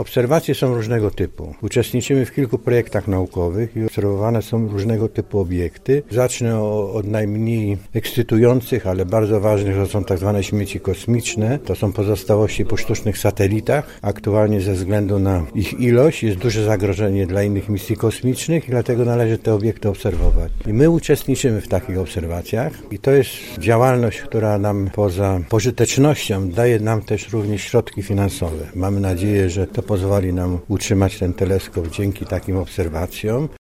Obserwacje są różnego typu. Uczestniczymy w kilku projektach naukowych i obserwowane są różnego typu obiekty. Zacznę od najmniej ekscytujących, ale bardzo ważnych, to są tak zwane śmieci kosmiczne. To są pozostałości po sztucznych satelitach. Aktualnie ze względu na ich ilość jest duże zagrożenie dla innych misji kosmicznych i dlatego należy te obiekty obserwować. I my uczestniczymy w takich obserwacjach i to jest działalność, która nam poza pożytecznością daje nam też również środki finansowe. Mamy nadzieję, że to pozwoli nam utrzymać ten teleskop dzięki takim obserwacjom.